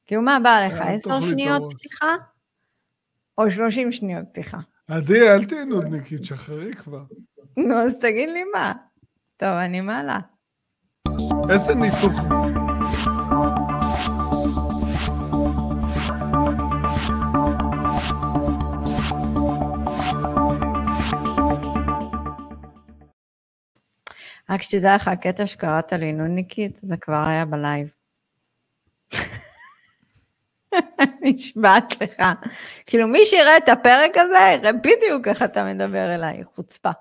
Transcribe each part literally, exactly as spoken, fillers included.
כאילו מה בא לך, אל עשר תאכלי את שניות הראש. פתיחה? או שלושים שניות פתיחה? עדי, אל תהי נודניקית, שחררי כבר. נו, אז תגיד לי מה. טוב, אני מעלה. איזה ניתוק. רק שתדע לך, הקטע שקראת לי נודניקית, זה כבר היה בלייב. נשבעת לך. כאילו מי שיראה את הפרק הזה, יראה בדיוק איך אתה מדבר אליי, חוצפה.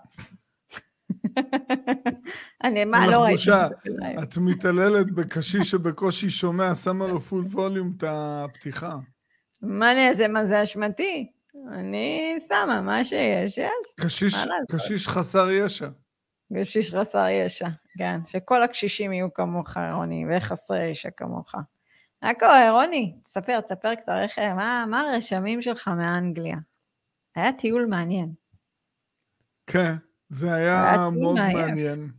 אני מה לא ראיתי את בלייב. את מתעללת בקשיש שבקושי שומע, שמה לו פול ווליום את הפתיחה. מה אני אעשה, מה זה אשמתי? אני שמה, מה שיש, יש. קשיש, קשיש חסר ישע. קשיש חסר ישע, כן. שכל הקשישים יהיו כמוך, רוני, וחסרי ישע כמוך. מה קורה, רוני? תספר, תספר קצת, איך, מה, מה הרשמים שלך מאנגליה? היה טיול מעניין. כן, זה היה, היה מאוד מעניין.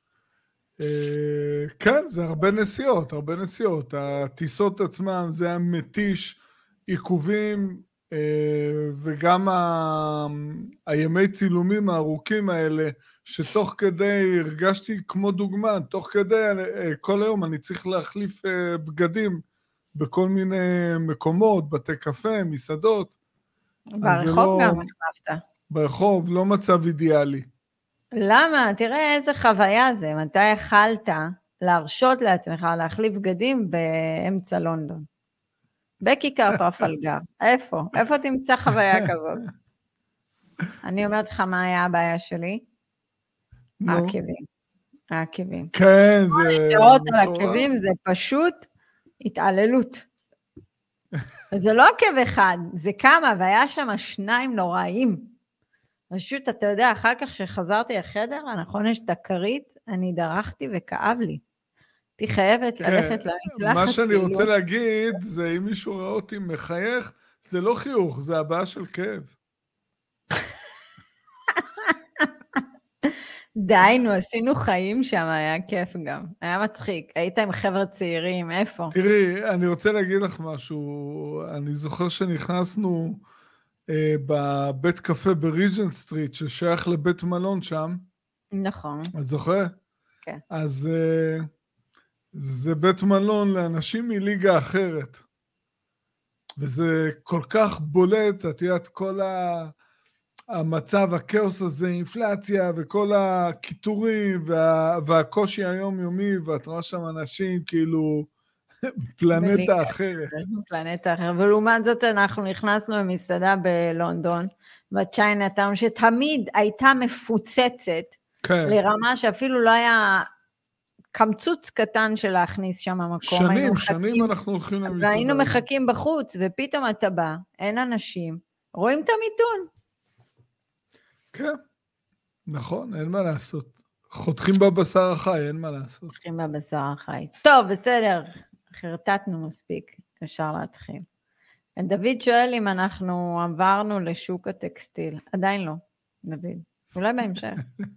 כן, זה הרבה נסיעות, הרבה נסיעות. הטיסות עצמם, זה היה מתיש, עיכובים, וגם הימי צילומים הארוכים האלה, שתוך כדי הרגשתי כמו דוגמה, תוך כדי כל היום אני צריך להחליף בגדים בכל מיני מקומות, בתי קפה, מסעדות. ברחוב לא, גם החלפת. ברחוב, לא מצב אידיאלי. למה? תראה איזה חוויה זה, מתי יכלת להרשות לעצמך להחליף בגדים באמצע לונדון? בכיכר טרפלגר, איפה? איפה תמצא חוויה כזאת? אני אומרת לך מה היה הבעיה שלי? העקבים. העקבים. כן, זה... שעות על העקבים זה פשוט התעללות. זה לא עקב אחד, זה כמה, והיה שם שניים נוראים. פשוט, אתה יודע, אחר כך שחזרתי לחדר, נכון, יש דקרית, אני דרכתי וכאב לי. הייתי חייבת ללכת למקלחת. מה שאני רוצה להגיד, זה אם מישהו ראה אותי מחייך, זה לא חיוך, זה הבעיה של כאב. די, נו, עשינו חיים שם, היה כיף גם. היה מצחיק. היית עם חבר'ה צעירים, איפה? תראי, אני רוצה להגיד לך משהו. אני זוכר שנכנסנו אה, בבית קפה בריג'נט סטריט, ששייך לבית מלון שם. נכון. את זוכר? כן. אז אה, זה בית מלון לאנשים מליגה אחרת. וזה כל כך בולט, את יודעת, כל ה... המצב, הכאוס הזה, אינפלציה וכל הכיתורים וה, והקושי היומיומי, ואת רואה שם אנשים כאילו פלנטה אחרת. פלנטה אחרת, ולעומת זאת אנחנו נכנסנו למסעדה בלונדון, בצ'יינאטאון, שתמיד הייתה מפוצצת, כן. לרמה שאפילו לא היה קמצוץ קטן של להכניס שם מקום. שנים, מחכים, שנים אנחנו הולכים למסעדה. והיינו מחכים בחוץ, ופתאום אתה בא, אין אנשים, רואים את המיתון. כן, נכון, אין מה לעשות. חותכים בבשר החי, אין מה לעשות. חותכים בבשר החי. טוב, בסדר, חרטטנו מספיק, אפשר להתחיל. דוד שואל אם אנחנו עברנו לשוק הטקסטיל. עדיין לא, דוד. אולי בהמשך.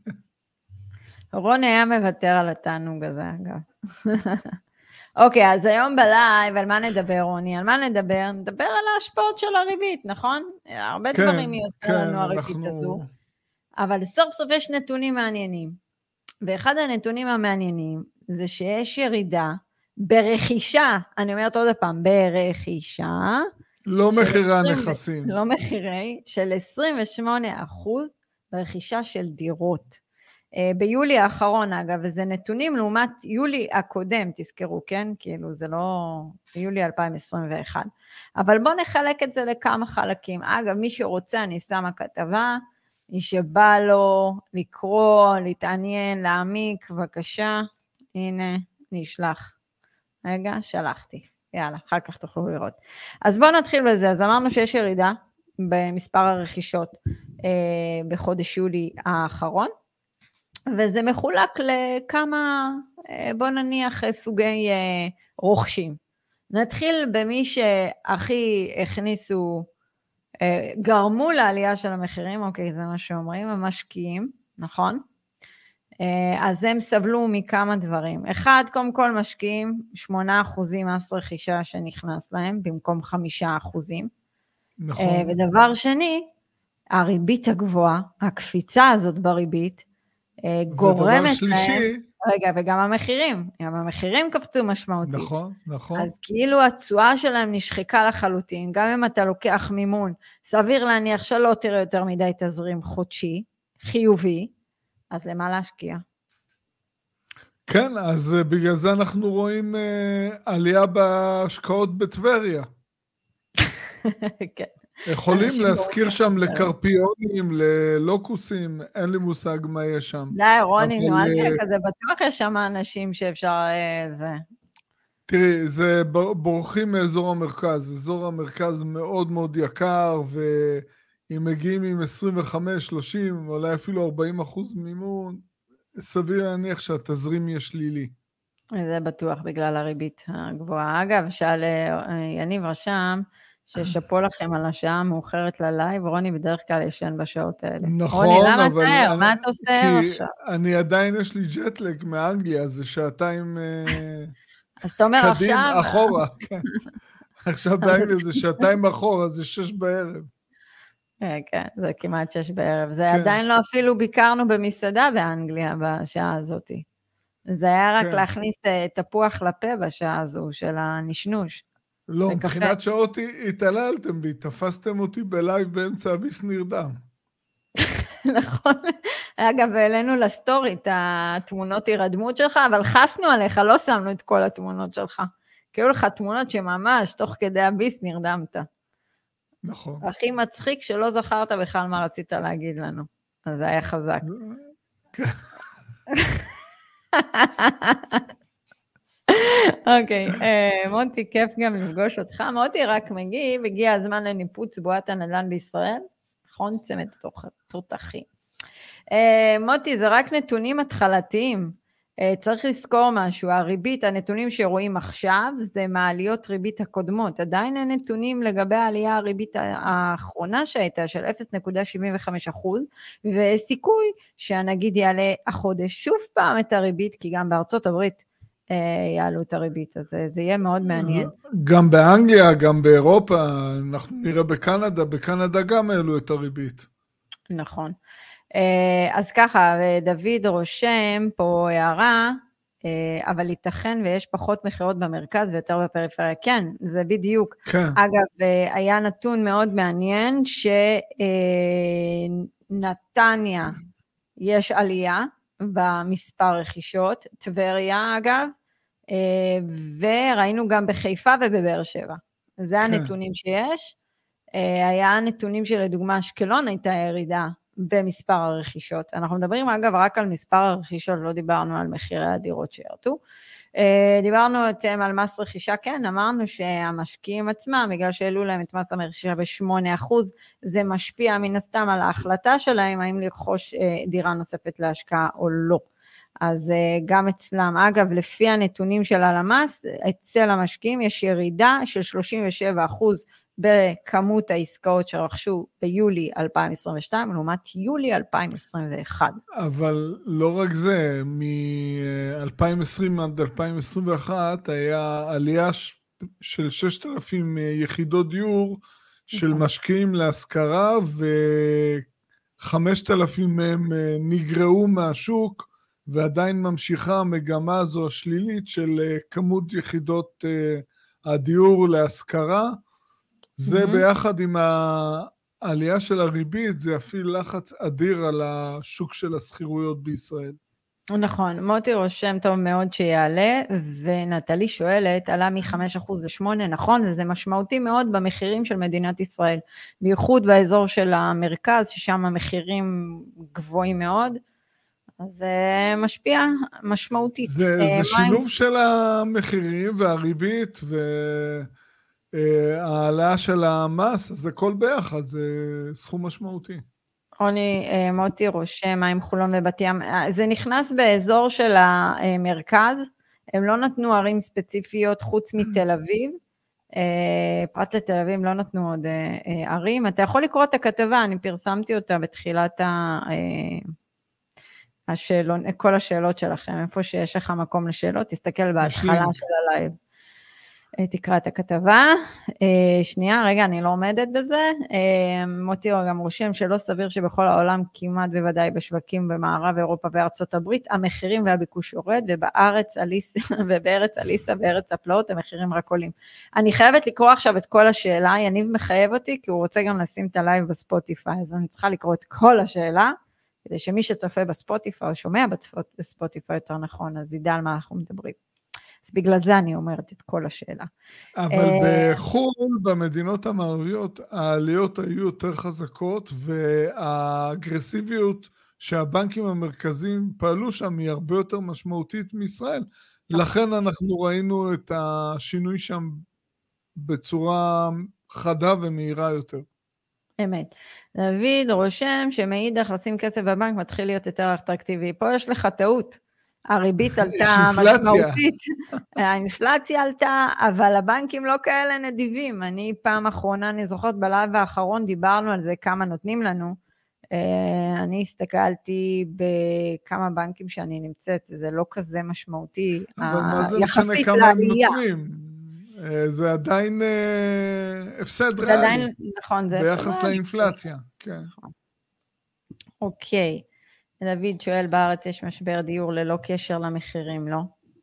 רון היה מוותר על התענוג הזה, אגב. אוקיי, אז היום בלייב, על מה נדבר, רוני? על מה נדבר? נדבר על ההשפעות של הריבית, נכון? הרבה כן, דברים היא עושה כן, לנו הריבית אנחנו... הזו. אבל סוף סוף יש נתונים מעניינים. ואחד הנתונים המעניינים זה שיש ירידה ברכישה, אני אומרת עוד פעם, ברכישה. לא מחירי הנכסים. לא מחירי, של עשרים ושמונה אחוז ברכישה של דירות. ביולי האחרון אגב, וזה נתונים לעומת יולי הקודם, תזכרו, כן? כאילו זה לא יולי אלפיים עשרים ואחת. אבל בואו נחלק את זה לכמה חלקים. אגב, מי שרוצה, אני שמה כתבה, מי שבא לו לקרוא, להתעניין, להעמיק, בבקשה, הנה, נשלח. רגע, שלחתי. יאללה, אחר כך תוכלו לראות. אז בואו נתחיל בזה. אז אמרנו שיש ירידה במספר הרכישות אה, בחודש יולי האחרון, וזה מחולק לכמה, בוא נניח, סוגי רוכשים. נתחיל במי שהכי הכניסו, גרמו לעלייה של המחירים, אוקיי, זה מה שאומרים, המשקיעים, נכון? אז הם סבלו מכמה דברים. אחד, קודם כל משקיעים שמונה אחוזים מס רכישה שנכנס להם, במקום חמישה אחוזים. נכון. ודבר שני, הריבית הגבוהה, הקפיצה הזאת בריבית, גורמת ודבר שלישי, להם, רגע, וגם המחירים, גם המחירים קפצו משמעותית. נכון, נכון. אז כאילו התשואה שלהם נשחקה לחלוטין, גם אם אתה לוקח מימון, סביר להניח שלא תראה יותר מדי תזרים חודשי, חיובי, אז למה להשקיע? כן, אז בגלל זה אנחנו רואים uh, עלייה בהשקעות בטבריה. כן. יכולים להזכיר שם לקרפיונים, ללוקוסים, אין לי מושג מה יש שם. די, רוני, נו, אל תהיה כזה, בטוח יש שם אנשים שאפשר, זה... תראי, זה בורחים מאזור המרכז, אזור המרכז מאוד מאוד יקר, ואם מגיעים עם עשרים וחמש שלושים, אולי אפילו ארבעים אחוז מימון, סביר להניח שהתזרים יהיה שלילי. זה בטוח בגלל הריבית הגבוהה. אגב, שאל יניב רשם, ששפו לכם על השעה מאוחרת ללייב, רוני בדרך כלל ישן בשעות האלה. נכון, רוני, למה אבל... אתה ער? מה אתה עושה עכשיו? אני עדיין יש לי ג'טלג מאנגליה, זה שעתיים... אז אתה אומר קדים, עכשיו... אחורה, כן. עכשיו באנגליה זה שעתיים אחורה, זה שש בערב. כן, כן, זה כמעט שש בערב. זה עדיין לא אפילו ביקרנו במסעדה באנגליה בשעה הזאת. זה היה רק להכניס תפוח לפה בשעה הזו של הנשנוש. לא, מבחינת שעות התעללתם בי, תפסתם אותי בלייב באמצע הביס נרדם. נכון. אגב, העלינו לסטורי את התמונות הירדמות שלך, אבל חסנו עליך, לא שמנו את כל התמונות שלך. כאילו לך תמונות שממש תוך כדי הביס נרדמת. נכון. הכי מצחיק שלא זכרת בכלל מה רצית להגיד לנו. אז זה היה חזק. אוקיי, מוטי, כיף גם לפגוש אותך. מוטי רק מגיב, הגיע הזמן לניפוץ בועת הנדל"ן בישראל. נכון, צמד תותחי. מוטי, זה רק נתונים התחלתיים. צריך לזכור משהו, הריבית, הנתונים שרואים עכשיו, זה מעליות ריבית הקודמות. עדיין אין נתונים לגבי העלייה הריבית האחרונה שהייתה של אפס נקודה שבעים וחמישה אחוז, וסיכוי שהנגיד יעלה החודש שוב פעם את הריבית, כי גם בארצות הברית יעלו את הריבית, אז זה יהיה מאוד מעניין. גם באנגליה, גם באירופה, אנחנו נראה בקנדה, בקנדה גם העלו את הריבית. נכון. אז ככה, דוד רושם פה הערה, אבל ייתכן ויש פחות מחירות במרכז ויותר בפריפריה. כן, זה בדיוק. כן. אגב, היה נתון מאוד מעניין, שנתניה יש עלייה במספר רכישות, טבריה אגב, וראינו גם בחיפה ובבאר שבע. זה כן. הנתונים שיש. היה הנתונים שלדוגמה אשקלון הייתה ירידה, במספר הרכישות. אנחנו מדברים אגב רק על מספר הרכישות, לא דיברנו על מחירי הדירות שירתו. דיברנו על מס רכישה, כן, אמרנו שהמשקיעים עצמם, בגלל שהעלו להם את מס הרכישה ב-שמונה אחוז, זה משפיע מן הסתם על ההחלטה שלהם, האם לרכוש דירה נוספת להשקעה או לא. אז גם אצלם, אגב, לפי הנתונים של הלמ"ס, אצל המשקיעים יש ירידה של שלושים ושבעה אחוז בכמות העסקאות שרכשו ביולי אלפיים עשרים ושתיים, לעומת יולי אלפיים עשרים ואחת. אבל לא רק זה, מ-אלפיים עשרים עד אלפיים עשרים ואחת היה עלייה של ששת אלפים יחידות דיור של משקיעים להשכרה, ו-חמשת אלפים מהם נגרעו מהשוק, ועדיין ממשיכה המגמה הזו השלילית של כמות יחידות הדיור להשכרה, זה mm-hmm. ביחד עם העלייה של הריבית, זה אפילו לחץ אדיר על השוק של הסחירויות בישראל. נכון, מוטי רושם טוב מאוד שיעלה, ונטלי שואלת, עלה מ-חמישה אחוז ל-שמונה, נכון, וזה משמעותי מאוד במחירים של מדינת ישראל, בייחוד באזור של המרכז, ששם המחירים גבוהים מאוד, אז זה משפיע משמעותית. זה, זה שילוב של המחירים והריבית ו... העלה של המס, אז זה כל ביחד, זה סכום משמעותי. רוני, מוטי רושם, מים חולון ובת ים, זה נכנס באזור של המרכז, הם לא נתנו ערים ספציפיות חוץ מתל אביב, פרט לתל אביב לא נתנו עוד ערים, אתה יכול לקרוא את הכתבה, אני פרסמתי אותה בתחילת השאלון, כל השאלות שלכם, איפה שיש לך מקום לשאלות, תסתכל בהתחלה של הלייב. תקרא את הכתבה. שנייה, רגע, אני לא עומדת בזה. מוטי גם רושם שלא סביר שבכל העולם, כמעט בוודאי בשווקים במערב אירופה וארצות הברית, המחירים והביקוש יורד, ובארץ אליסה, ובארץ אליסה, בארץ הפלאות, המחירים רק עולים. אני חייבת לקרוא עכשיו את כל השאלה, יניב מחייב אותי, כי הוא רוצה גם לשים את הלייב בספוטיפיי, אז אני צריכה לקרוא את כל השאלה, כדי שמי שצופה בספוטיפיי, או שומע בספוטיפיי יותר נכון, אז ידע על מה אנחנו מדברים. אז בגלל זה אני אומרת את כל השאלה. אבל בחו"ל, במדינות המערביות, העליות היו יותר חזקות, והאגרסיביות שהבנקים המרכזיים פעלו שם היא הרבה יותר משמעותית מישראל. לכן אנחנו ראינו את השינוי שם בצורה חדה ומהירה יותר. אמת. דוד רושם שמאידך לשים כסף בבנק מתחיל להיות יותר אטרקטיבי. פה יש לך טעות. הריבית עלתה משמעותית, האינפלציה עלתה, אבל הבנקים לא כאלה נדיבים. אני פעם אחרונה, אני זוכרת בלייב האחרון, דיברנו על זה כמה נותנים לנו. אני הסתכלתי בכמה בנקים שאני נמצאת, זה לא כזה משמעותי. אבל מה זה משנה כמה הם נותנים? זה עדיין הפסד ריאלי. זה עדיין, נכון, זה ביחס לאינפלציה. כן. אוקיי. דוד שואל, בארץ יש משבר דיור ללא קשר למחירים, לא?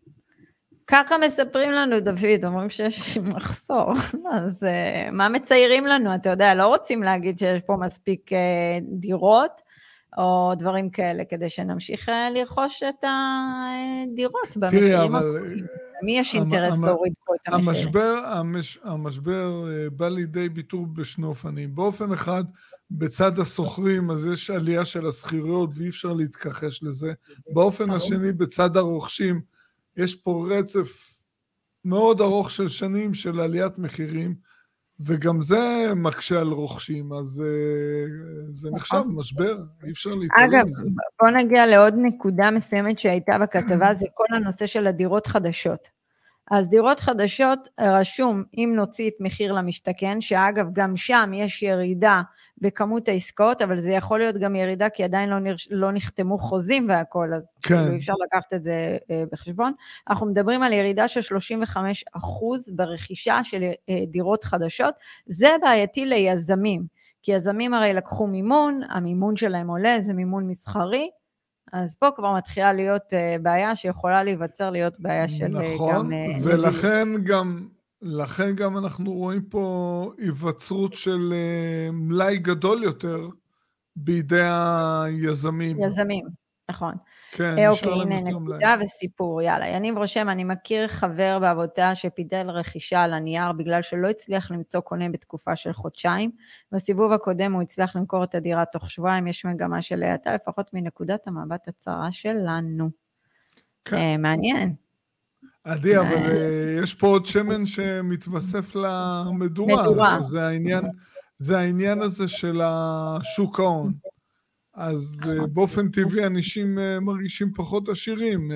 ככה מספרים לנו, דוד, אומרים שיש מחסור. אז uh, מה מציירים לנו? אתה יודע, לא רוצים להגיד שיש פה מספיק uh, דירות, או דברים כאלה, כדי שנמשיך uh, לרכוש את הדירות במחירים הקודמים. מי יש אינטרס להוריד פה את המחיר? המשבר, המש, המשבר uh, בא לידי ביטוי בשני אופנים. באופן אחד, בצד הסוחרים, אז יש עלייה של הסחירות, ואי אפשר להתכחש לזה. באופן השני, בצד הרוכשים, יש פה רצף מאוד ארוך של שנים של עליית מחירים, וגם זה מקשה על רוכשים, אז זה נחשב משבר, אי אפשר להתעלם מזה. אגב, בוא נגיע לעוד נקודה מסוימת שהייתה בכתבה, זה כל הנושא של הדירות חדשות. אז דירות חדשות רשום, אם נוציא את מחיר למשתכן, שאגב גם שם יש ירידה בכמות העסקאות, אבל זה יכול להיות גם ירידה, כי עדיין לא, נרש... לא נחתמו חוזים והכל, אז כן. כאילו אפשר לקחת את זה אה, בחשבון. אנחנו מדברים על ירידה של שלושים וחמישה אחוז ברכישה של אה, דירות חדשות, זה בעייתי ליזמים, כי יזמים הרי לקחו מימון, המימון שלהם עולה, זה מימון מסחרי, אז פה כבר מתחילה להיות uh, בעיה שיכולה להיווצר להיות בעיה של נכון, גם... נכון, uh, ולכן גם, לכן גם אנחנו רואים פה היווצרות של uh, מלאי גדול יותר בידי היזמים. יזמים, נכון. כן, אה, אוקיי, הנה נקודה וסיפור, יאללה. יניב רושם, אני מכיר חבר בעבודה שפידל רכישה על הנייר, בגלל שלא הצליח למצוא קונה בתקופה של חודשיים, בסיבוב הקודם הוא הצליח למכור את הדירה תוך שבועיים, יש מגמה של האטה, לפחות מנקודת המבט הצרה שלנו. כן. אה, מעניין. עדי, אבל אה, יש פה עוד שמן שמתווסף למדורה, מדורה. שזה העניין, זה העניין הזה של השוק ההון. אז באופן טבעי אנשים מרגישים פחות עשירים,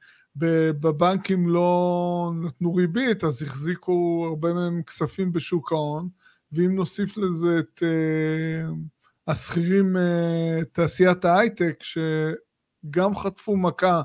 בבנקים לא נתנו ריבית, אז החזיקו הרבה מהם כספים בשוק ההון, ואם נוסיף לזה את השכירים, תעשיית ההייטק, שגם חטפו מכה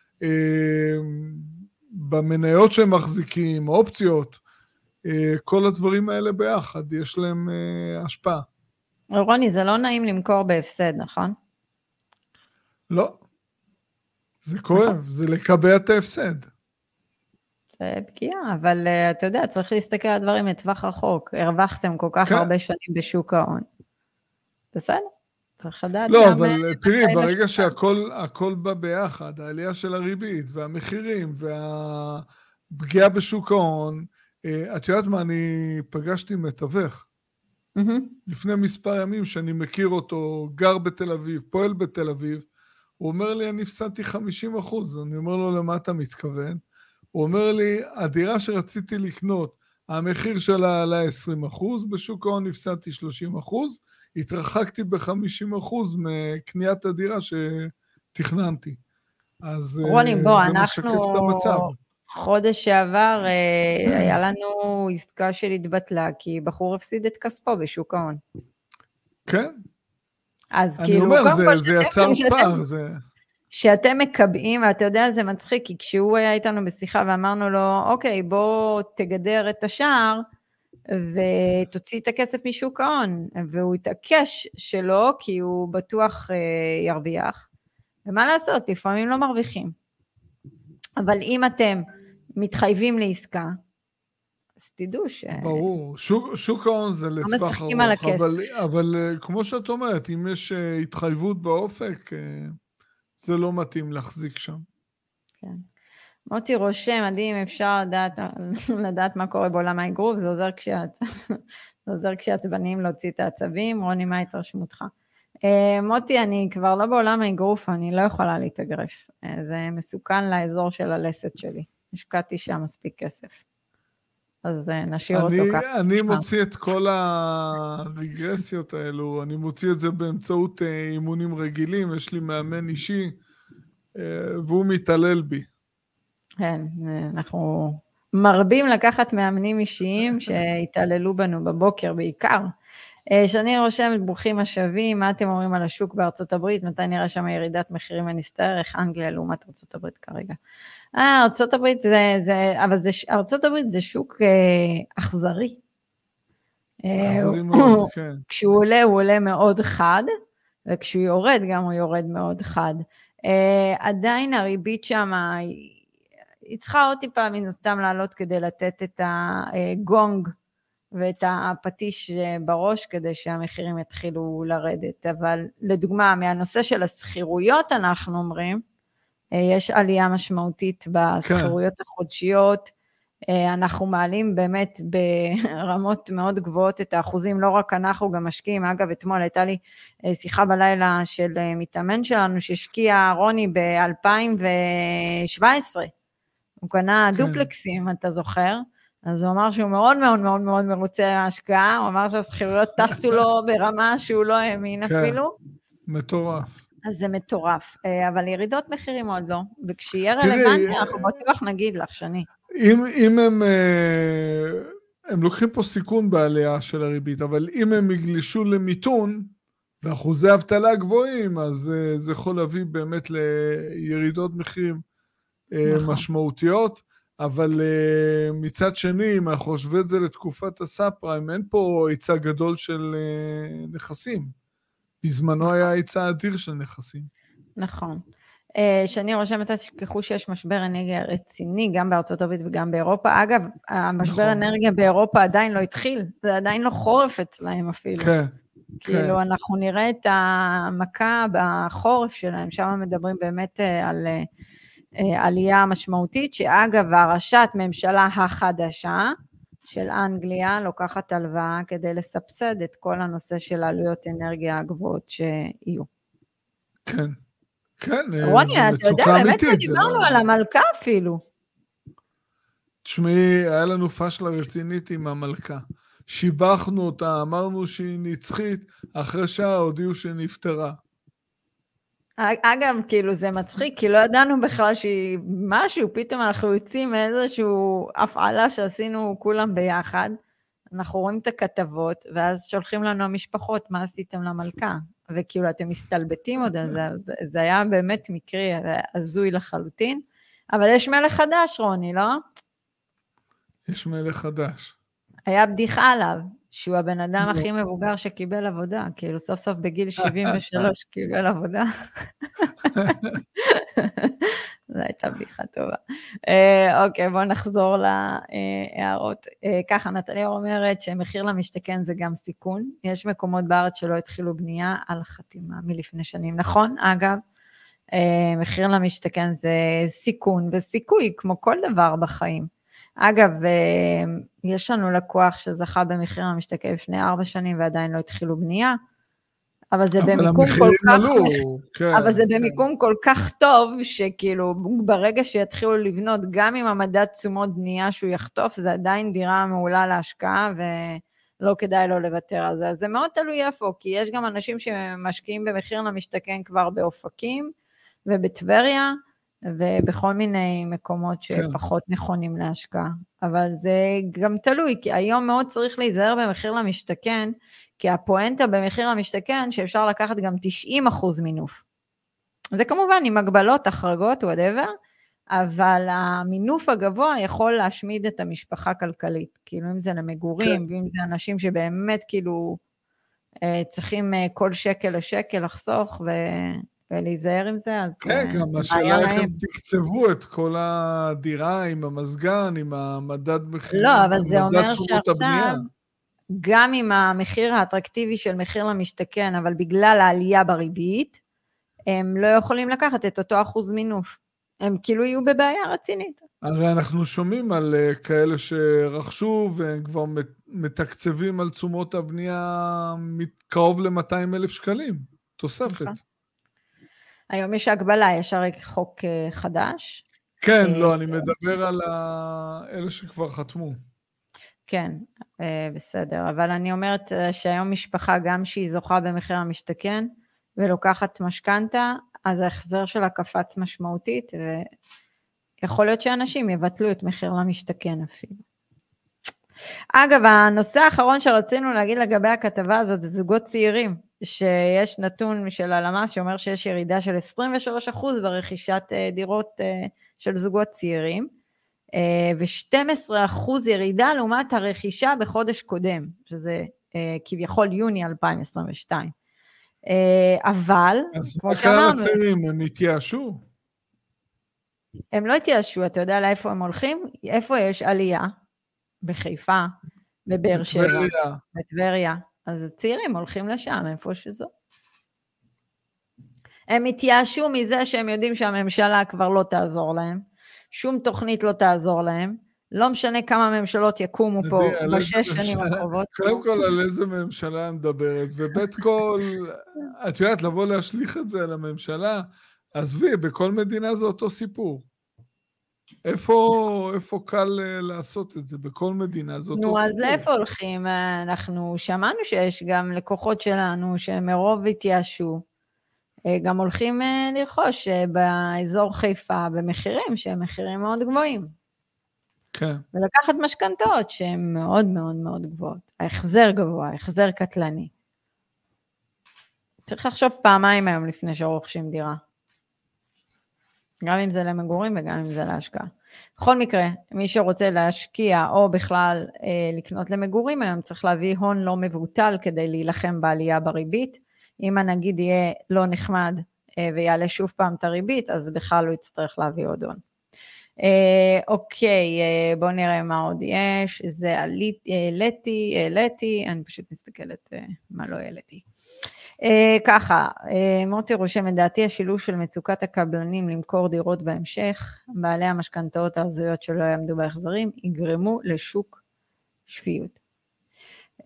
במניות שהם מחזיקים, אופציות, כל הדברים האלה ביחד, יש להם השפעה. רוני, זה לא נעים למכור בהפסד, נכון? לא. זה כואב, זה לקבע את ההפסד. זה פגיעה, אבל uh, אתה יודע, צריך להסתכל על דברים לטווח רחוק. הרווחתם כל כך כן. הרבה שנים בשוק ההון. בסדר? צריך לדעת לא, אבל תראי, ברגע שהכל הכל בא ביחד, העלייה של הריבית והמחירים והפגיעה בשוק ההון, את יודעת מה, אני פגשתי מתווך. Mm-hmm. לפני מספר ימים שאני מכיר אותו, גר בתל אביב, פועל בתל אביב, הוא אומר לי, אני הפסדתי חמישים אחוז, אני אומר לו, למה אתה מתכוון? הוא אומר לי, הדירה שרציתי לקנות, המחיר שלה עלה עשרים אחוז, בשוק ההון הפסדתי שלושים אחוז, התרחקתי ב-חמישים אחוז מקניית הדירה שתכננתי. אז רוני, בוא, זה משקף את המצב. חודש שעבר היה לנו עסקה של התבטלה, כי בחור הפסיד את כספו בשוק ההון. כן. אז אני כאילו, אומר, זה, זה יצר פער, זה... שאתם מקבעים, ואתה יודע, זה מצחיק, כי כשהוא היה איתנו בשיחה ואמרנו לו, אוקיי, בוא תגדר את השער, ותוציא את הכסף משוק ההון, והוא התעקש שלא, כי הוא בטוח ירוויח, ומה לעשות, לפעמים לא מרוויחים. אבל אם אתם מתחייבים לעסקה, אז תדעו ש... ברור, שוק, שוק ההון זה לטווח ארוך, אבל, אבל כמו שאת אומרת, אם יש התחייבות באופק, זה לא מתאים להחזיק שם. כן. מוטי רושם, מדהים, אפשר לדעת, לדעת מה קורה בעולם האגרוף, זה עוזר כשאת, זה עוזר כשעצבנים להוציא את העצבים. רוני, מה התרשמותך? מוטי, אני כבר לא בעולם האגרוף, אני לא יכולה להתאגרף. זה מסוכן לאזור של הלסת שלי. השקעתי שם מספיק כסף. אז נשאיר אני, אותו ככה. אני מוציא את כל הרגרסיות האלו, אני מוציא את זה באמצעות אימונים רגילים, יש לי מאמן אישי, והוא מתעלל בי. כן, אנחנו מרבים לקחת מאמנים אישיים שהתעללו בנו בבוקר בעיקר. שאני רושמת, ברוכים השבים, מה אתם אומרים על השוק בארצות הברית? מתי נראה שם ירידת מחירים ונסתער? איך אנגליה לעומת ארצות הברית כרגע? אה, ארצות הברית זה, זה, אבל זה, ארצות הברית זה שוק אה, אכזרי. אכזרי מאוד, כן. כשהוא עולה, הוא עולה מאוד חד, וכשהוא יורד, גם הוא יורד מאוד חד. אה, עדיין הריבית שם, היא צריכה עוד טיפה מן הסתם לעלות כדי לתת את הגונג, ואת הפטיש בראש, כדי שהמחירים יתחילו לרדת. אבל לדוגמה, מהנושא של הסחירויות, אנחנו אומרים, יש עלייה משמעותית בסחירויות כן. החודשיות, אנחנו מעלים באמת ברמות מאוד גבוהות את האחוזים, לא רק אנחנו גם משקיעים. אגב, אתמול הייתה לי שיחה בלילה של מתאמן שלנו, שהשקיע רוני ב-אלפיים שבע עשרה, הוא קנה כן. דופלקסים, אתה זוכר? אז הוא אמר שהוא מאוד מאוד מאוד מאוד מרוצה מההשקעה, הוא אמר שהסחירויות טסו לו ברמה שהוא לא האמין כן, אפילו. מטורף. אז זה מטורף, אבל ירידות מחירים עוד לא, וכשיהיה רלוונטי, אנחנו בטוח נגיד לך, שני. אם, אם הם, הם לוקחים פה סיכון בעלייה של הריבית, אבל אם הם יגלישו למיתון, ואחוזי אבטלה גבוהים, אז זה יכול להביא באמת לירידות מחירים נכון. משמעותיות, אבל uh, מצד שני, אם אנחנו חושבים את זה לתקופת הסאפריים, אין פה היצע גדול של uh, נכסים. בזמנו נכון. היה היצע אדיר של נכסים. נכון. Uh, שאני רושמת, שכחו שיש משבר אנרגיה רציני, גם בארצות הברית וגם באירופה. אגב, המשבר נכון. אנרגיה באירופה עדיין לא התחיל, זה עדיין לא חורף אצלהם אפילו. כן. כאילו, כן. אנחנו נראה את המכה בחורף שלהם, שם מדברים באמת uh, על... Uh, עלייה משמעותית, שאגב, הראשת ממשלה החדשה של אנגליה, לוקחת הלוואה כדי לסבסד את כל הנושא של עלויות אנרגיה הגבוהות שיהיו. כן, כן, רוני, אתה יודע, באמת לא דיברנו על המלכה אפילו. תשמעי, היה לנו פשלה רצינית עם המלכה. שיבחנו אותה, אמרנו שהיא נצחית, אחרי שעה הודיעו שנפטרה. אגב, כאילו זה מצחיק, כי לא ידענו בכלל שהיא משהו, פתאום אנחנו יוצאים מאיזשהו הפעלה שעשינו כולם ביחד, אנחנו רואים את הכתבות, ואז שולחים לנו המשפחות, מה עשיתם למלכה? וכאילו אתם מסתלבטים עוד על זה, זה, זה היה באמת מקרי, הזוי לחלוטין, אבל יש מלך חדש, רוני, לא? יש מלך חדש. היה בדיחה עליו, שהוא הבן אדם הכי מבוגר שקיבל עבודה, כאילו סוף סוף בגיל שבעים ושלוש קיבל עבודה. זו הייתה בדיחה טובה. אוקיי, בואו נחזור להערות. ככה, נטליה אומרת שמחיר למשתכן זה גם סיכון. יש מקומות בארץ שלא התחילו בנייה על חתימה מלפני שנים. נכון, אגב, מחיר למשתכן זה סיכון וסיכוי, כמו כל דבר בחיים. אגב, יש לנו לקוח שזכה במחיר המשתכן לפני ארבע שנים ועדיין לא התחילו בנייה, אבל זה במיקום כל כך, אבל זה במיקום כל כך טוב, שכאילו ברגע שיתחילו לבנות, גם עם המדד תשומות בנייה שהוא יחטוף, זה עדיין דירה מעולה להשקעה, ולא כדאי לו לוותר על זה. אז זה מאוד תלוי איפה, כי יש גם אנשים שמשקיעים במחיר למשתכן כבר באופקים, ובטבריה, ובכל מיני מקומות שפחות נכונים להשקעה. אבל זה גם תלוי, כי היום מאוד צריך להיזהר במחיר למשתכן, כי הפואנטה במחיר למשתכן, שאפשר לקחת גם תשעים אחוז מינוף. זה כמובן עם הגבלות, החרגות, whatever, אבל המינוף הגבוה יכול להשמיד את המשפחה כלכלית, כאילו אם זה למגורים, כן. ואם זה אנשים שבאמת כאילו צריכים כל שקל לשקל לחסוך ו... ולהיזהר עם זה, אז כן, זה גם השאלה איך הם תקצבו את כל הדירה עם המזגן, עם המדד מחיר, לא, אבל זה אומר תשומות הבנייה. גם עם המחיר האטרקטיבי של מחיר למשתכן, אבל בגלל העלייה בריבית, הם לא יכולים לקחת את אותו אחוז מינוף. הם כאילו יהיו בבעיה רצינית. הרי אנחנו שומעים על כאלה שרכשו, והם כבר מתקצבים על תשומות הבנייה קרוב ל-מאתיים אלף שקלים, תוספת. היום יש הגבלה, יש הרי חוק חדש. כן, לא, אני מדבר על אלה שכבר חתמו. כן, בסדר, אבל אני אומרת שהיום משפחה, גם שהיא זוכה במחיר המשתכן, ולוקחת משכנתה, אז ההחזר שלה קפץ משמעותית, ויכול להיות שאנשים יבטלו את מחיר למשתכן אפילו. אגב, הנושא האחרון שרצינו להגיד לגבי הכתבה הזאת, זה זוגות צעירים, שיש נתון של הלמ"ס שאומר שיש ירידה של עשרים ושלושה אחוז ברכישת דירות של זוגות צעירים, ו-שנים עשר אחוז ירידה לעומת הרכישה בחודש קודם, שזה כביכול יוני אלפיים עשרים ושתיים. אבל, כמו שאמרנו... אז הצעירים הם התייאשו? הם לא התייאשו, אתה יודע לאיפה הם הולכים? איפה יש עלייה? בחיפה, בבאר שבע, בטבריה. אז הצעירים הולכים לשם, איפה שזו. הם התייאשו מזה שהם יודעים שהממשלה כבר לא תעזור להם, שום תוכנית לא תעזור להם, לא משנה כמה ממשלות יקומו פה בשש שנים הקרובות. קודם כל על איזה ממשלה מדברת, ובית כל, את יודעת, לבוא להשליך את זה על הממשלה, עזבי, בכל מדינה זה אותו סיפור. איפה, איפה קל לעשות את זה? בכל מדינה זה אותו סיפור. נו, אז לאיפה הולכים? אנחנו שמענו שיש גם לקוחות שלנו שמרוב התייאשו, גם הולכים לרכוש באזור חיפה במחירים שהם מחירים מאוד גבוהים. כן. ולקחת משכנתאות שהן מאוד מאוד מאוד גבוהות. ההחזר גבוה, ההחזר קטלני. צריך לחשוב פעמיים היום לפני שרוכשים דירה. גם אם זה למגורים וגם אם זה להשקעה. בכל מקרה, מי שרוצה להשקיע או בכלל אה, לקנות למגורים היום, צריך להביא הון לא מבוטל כדי להילחם בעלייה בריבית. אם הנגיד יהיה לא נחמד אה, ויעלה שוב פעם את הריבית, אז בכלל הוא יצטרך להביא עוד הון. אה, אוקיי, אה, בואו נראה מה עוד יש. זה העליתי, העליתי, אני פשוט מסתכלת אה, מה לא העליתי. Uh, ככה, uh, מוטי רושם, לדעתי השילוב של מצוקת הקבלנים למכור דירות בהמשך, בעלי המשכנתאות ההזויות שלא יעמדו בהחזרים, יגרמו לשוק שפיות. Uh,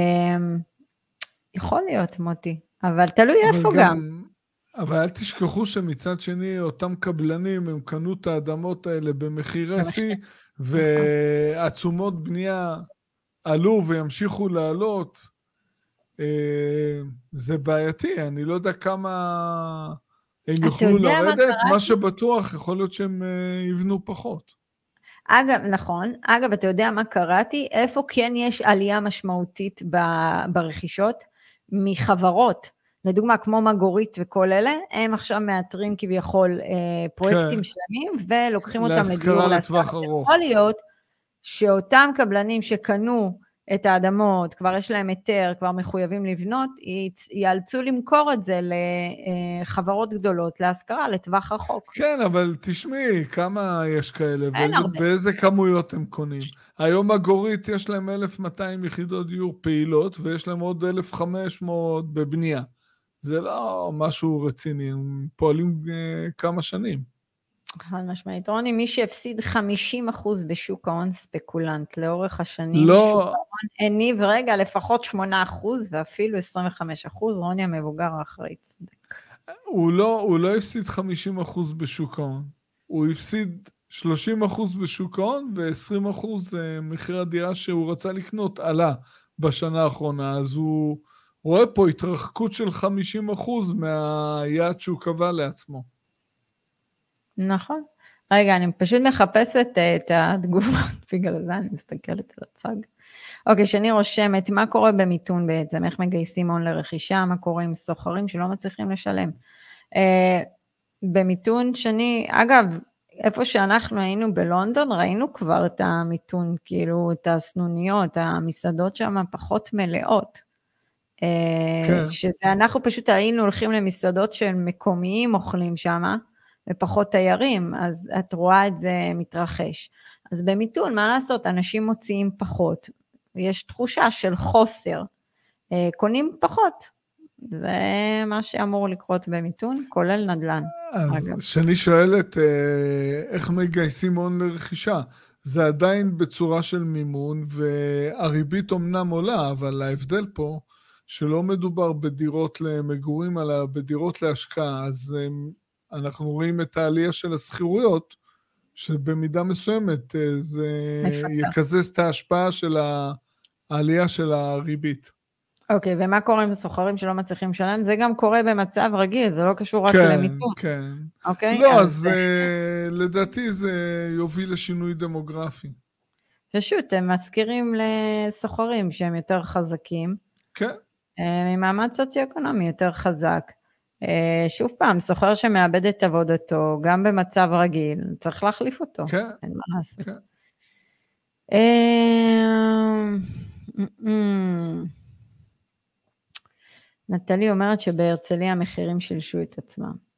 יכול להיות, מוטי, אבל תלוי איפה גם, גם. אבל אל תשכחו שמצד שני, אותם קבלנים, הם קנו את האדמות האלה במחירי שיא, ועצומות בנייה עלו וימשיכו לעלות, זה בעייתי, אני לא יודע כמה הם יוכלו לרדת, מה שבטוח יכול להיות שהם יבנו פחות. אגב, נכון, אגב, אתה יודע מה קראתי? איפה כן יש עלייה משמעותית ברכישות? מחברות, לדוגמה כמו מגורית וכל אלה, הם עכשיו מאתרים כביכול פרויקטים שלמים, ולוקחים אותם להשכרה לטווח ארוך. יכול להיות שאותם קבלנים שקנו את האדמות, כבר יש להם היתר, כבר מחויבים לבנות, יאלצו למכור את זה לחברות גדולות, להשכרה, לטווח רחוק. כן, אבל תשמעי, כמה יש כאלה, באיזה, באיזה כמויות הם קונים. היום הגורית יש להם אלף ומאתיים יחידות דיור פעילות, ויש להם עוד אלף וחמש מאות בבנייה. זה לא משהו רציני, הם פועלים uh, כמה שנים. חד משמעית. רוני, מי שהפסיד חמישים אחוז בשוק ההון ספקולנט לאורך השנים, לא. שוק ההון הניב רגע לפחות שמונה אחוז ואפילו עשרים וחמישה אחוז, רוני המבוגר האחראי צודק. הוא לא, הוא לא הפסיד חמישים אחוז בשוק ההון, הוא הפסיד שלושים אחוז בשוק ההון ו-עשרים אחוז מחיר הדירה שהוא רצה לקנות עלה בשנה האחרונה, אז הוא רואה פה התרחקות של חמישים אחוז מהיעד שהוא קבע לעצמו. נכון. רגע, אני פשוט מחפשת את התגובות, בגלל זה אני מסתכלת על הצג. אוקיי, שאני רושמת, מה קורה במיתון בעצם? איך מגייסים הון לרכישה? מה קורה עם סוחרים שלא מצליחים לשלם? במיתון שני, אגב, איפה שאנחנו היינו בלונדון, ראינו כבר את המיתון, כאילו את הסנוניות, המסעדות שם פחות מלאות. כן. שזה אנחנו פשוט היינו הולכים למסעדות של מקומיים אוכלים שם, ופחות תיירים, אז את רואה את זה מתרחש. אז במיתון, מה לעשות? אנשים מוציאים פחות, יש תחושה של חוסר, קונים פחות. זה מה שאמור לקרות במיתון, כולל נדל"ן. אז כשאני שואלת איך מגייסים הון לרכישה, זה עדיין בצורה של מימון, והריבית אמנם עולה, אבל ההבדל פה, שלא מדובר בדירות למגורים, אלא בדירות להשקעה, אז אנחנו רואים את העלייה של הסחירויות, שבמידה מסוימת זה יקזז את ההשפעה של העלייה של הריבית. אוקיי, ומה קורה עם סוחרים שלא מצליחים לשלם? זה גם קורה במצב רגיל, זה לא קשור רק כן, למיתון. כן. אוקיי? לא, אז, אז uh, לדעתי זה יוביל לשינוי דמוגרפי. פשוט, הם מזכירים לסוחרים שהם יותר חזקים. כן. ממעמד סוציו-אקונומי יותר חזק. שוב פעם, סוחר שמאבד את עבודתו, גם במצב רגיל, צריך להחליף אותו. כן. אין מה לעשות. כן. נטלי אומרת שבהרצליה המחירים שילשו את עצמם.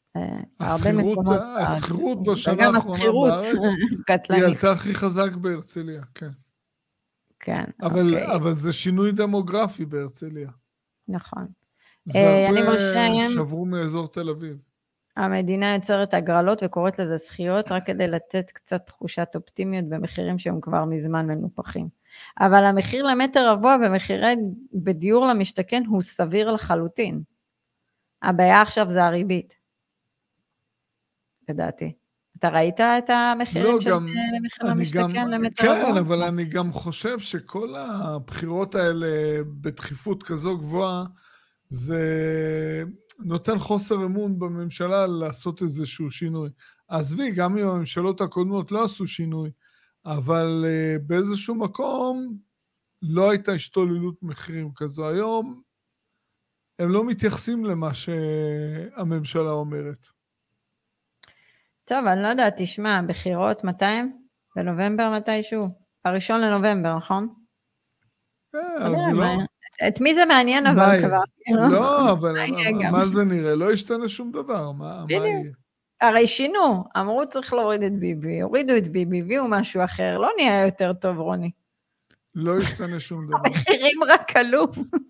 הסחירות בשנה האחרונה בארץ, היא עלתה הכי חזק בהרצליה, כן. כן, אבל, אוקיי. אבל זה שינוי דמוגרפי בהרצליה. נכון. זה הרבה שברו מאזור תל אביב. המדינה יוצרת הגרלות וקוראת לזה זכיות, רק כדי לתת קצת תחושת אופטימיות במחירים שהם כבר מזמן מנופחים. אבל המחיר למטר רבוע במחירי בדיור למשתכן הוא סביר לחלוטין. הבעיה עכשיו זה הריבית. לדעתי. אתה ראית את המחירים לא, של גם, מחיר למשתכן למטר כן, רבוע? אבל אני גם חושב שכל הבחירות האלה בדחיפות כזו גבוהה, זה נותן חוסר אמון בממשלה לעשות איזשהו שינוי. עזבי, גם אם הממשלות הקודמות לא עשו שינוי, אבל uh, באיזשהו מקום לא הייתה השתוללות מחירים כזו. היום הם לא מתייחסים למה שהממשלה אומרת. טוב, אני לא יודעת, תשמע, בחירות מתי הם? בנובמבר מתישהו? הראשון לנובמבר, נכון? אה, זה לא... את מי זה מעניין אבל כבר? לא, אבל מה זה נראה? לא ישתנה שום דבר. מה יהיה? הרי שינו, אמרו צריך להוריד את ביבי, הורידו את ביבי, הביאו משהו אחר, לא נהיה יותר טוב, רוני. לא ישתנה שום דבר. המחירים רק עלו.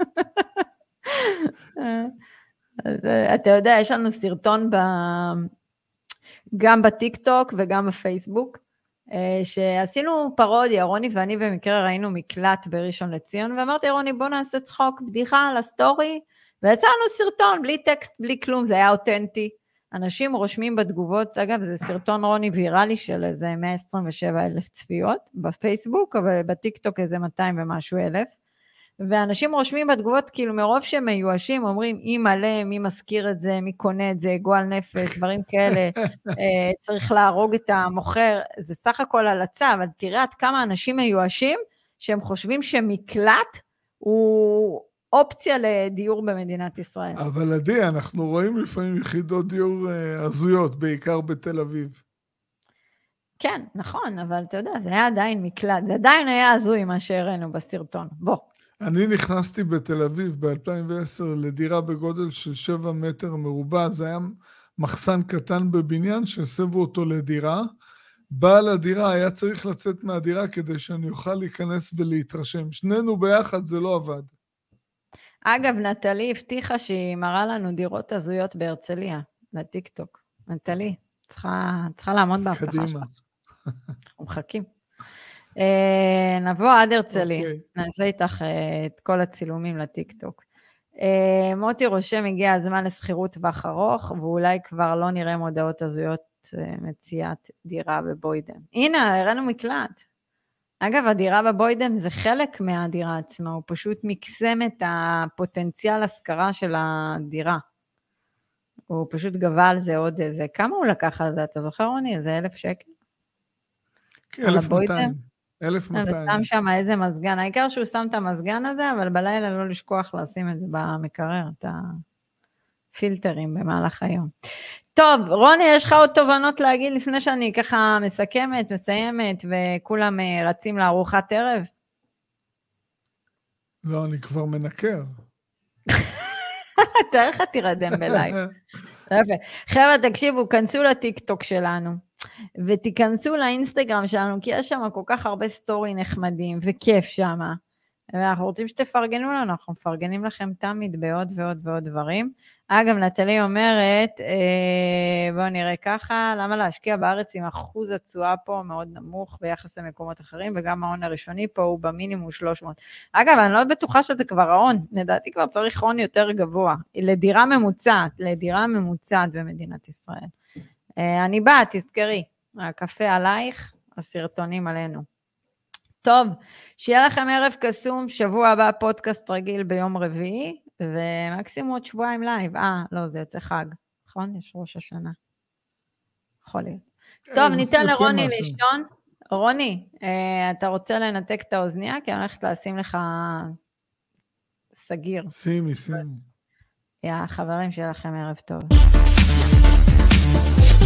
אתה יודע, יש לנו סרטון גם בטיק טוק וגם בפייסבוק, שעשינו פרודיה, רוני ואני במקרה ראינו מקלט בראשון לציון, ואמרתי, רוני, בוא נעשה צחוק, בדיחה על הסטורי, ויצא לנו סרטון, בלי טקסט, בלי כלום, זה היה אותנטי. אנשים רושמים בתגובות, אגב, זה סרטון רוני ויראלי של איזה מאה עשרים ושבע אלף צפיות בפייסבוק, אבל בטיק טוק איזה מאתיים ומשהו אלף, ואנשים רושמים בתגובות, כאילו מרוב שהם מיואשים, אומרים, מי מלא, מי מזכיר את זה, מי קונה את זה, גועל נפש, דברים כאלה, צריך להרוג את המוכר, זה סך הכל הלצה, אבל תראה עד כמה אנשים מיואשים, שהם חושבים שמקלט הוא אופציה לדיור במדינת ישראל. אבל עדי, אנחנו רואים לפעמים יחידות דיור הזויות, בעיקר בתל אביב. כן, נכון, אבל אתה יודע, זה היה עדיין מקלט, זה עדיין היה הזוי מה שהראינו בסרטון, בוא. אני נכנסתי בתל אביב ב-אלפיים ועשר לדירה בגודל של שבע מטר מרובע, זה היה מחסן קטן בבניין שהסבו אותו לדירה, בעל הדירה היה צריך לצאת מהדירה כדי שאני אוכל להיכנס ולהתרשם, שנינו ביחד זה לא עבד. אגב, נטלי הבטיחה שהיא מראה לנו דירות הזויות בהרצליה, לטיק טוק. נטלי, צריכה, צריכה לעמוד בהבטחה שלך. קדימה. אנחנו מחכים. נבוא עד הרצלי, נעשה איתך את כל הצילומים לטיק טוק. מוטי רושם, הגיע הזמן לסחירות טווח ארוך, ואולי כבר לא נראה מודעות הזויות מציאת דירה בבוידם. הנה, הראינו מקלט. אגב, הדירה בבוידם זה חלק מהדירה עצמה, הוא פשוט מקסם את הפוטנציאל השכרה של הדירה. הוא פשוט גבה על זה עוד איזה, כמה הוא לקח על זה? אתה זוכר רוני? איזה אלף שקל? אלף מאתיים. אלף מאתיים. ושם שם איזה מזגן, העיקר שהוא שם את המזגן הזה, אבל בלילה לא לשכוח לשים את זה במקרר, את פילטרים במהלך היום. טוב, רוני, יש לך עוד תובנות להגיד לפני שאני ככה מסכמת, מסיימת, וכולם רצים לארוחת ערב? לא, אני כבר מנקר. אתה איך תירדם בלייב. חבר'ה, תקשיבו, כנסו לטיק-טוק שלנו, ותיכנסו לאינסטגרם שלנו, כי יש שם כל כך הרבה סטורי נחמדים, וכיף שם, ואנחנו רוצים שתפרגנו לנו, אנחנו מפרגנים לכם תמיד בעוד ועוד ועוד דברים. אגב, נטלי אומרת, אה, בואו נראה ככה, למה להשקיע בארץ עם אחוז התשואה פה מאוד נמוך ביחס למקומות אחרים, וגם ההון הראשוני פה הוא במינימום שלוש מאות. אגב, אני לא בטוחה שזה כבר ההון, לדעתי כבר צריך הון יותר גבוה, לדירה ממוצעת, לדירה ממוצעת במדינת ישראל. אה, אני באה, תזכרי, הקפה עלייך, הסרטונים עלינו. טוב, שיהיה לכם ערב קסום, שבוע הבא פודקאסט רגיל ביום רביעי, ומקסימום עוד שבועיים לייב. אה, לא, זה יוצא חג, נכון? יש ראש השנה. יכול להיות. טוב, ניתן לרוני לישון. רוני, אתה רוצה לנתק את האוזנייה? כי אני הולכת לשים לך סגיר. שימי, שימי. יא, חברים, שיהיה לכם ערב טוב.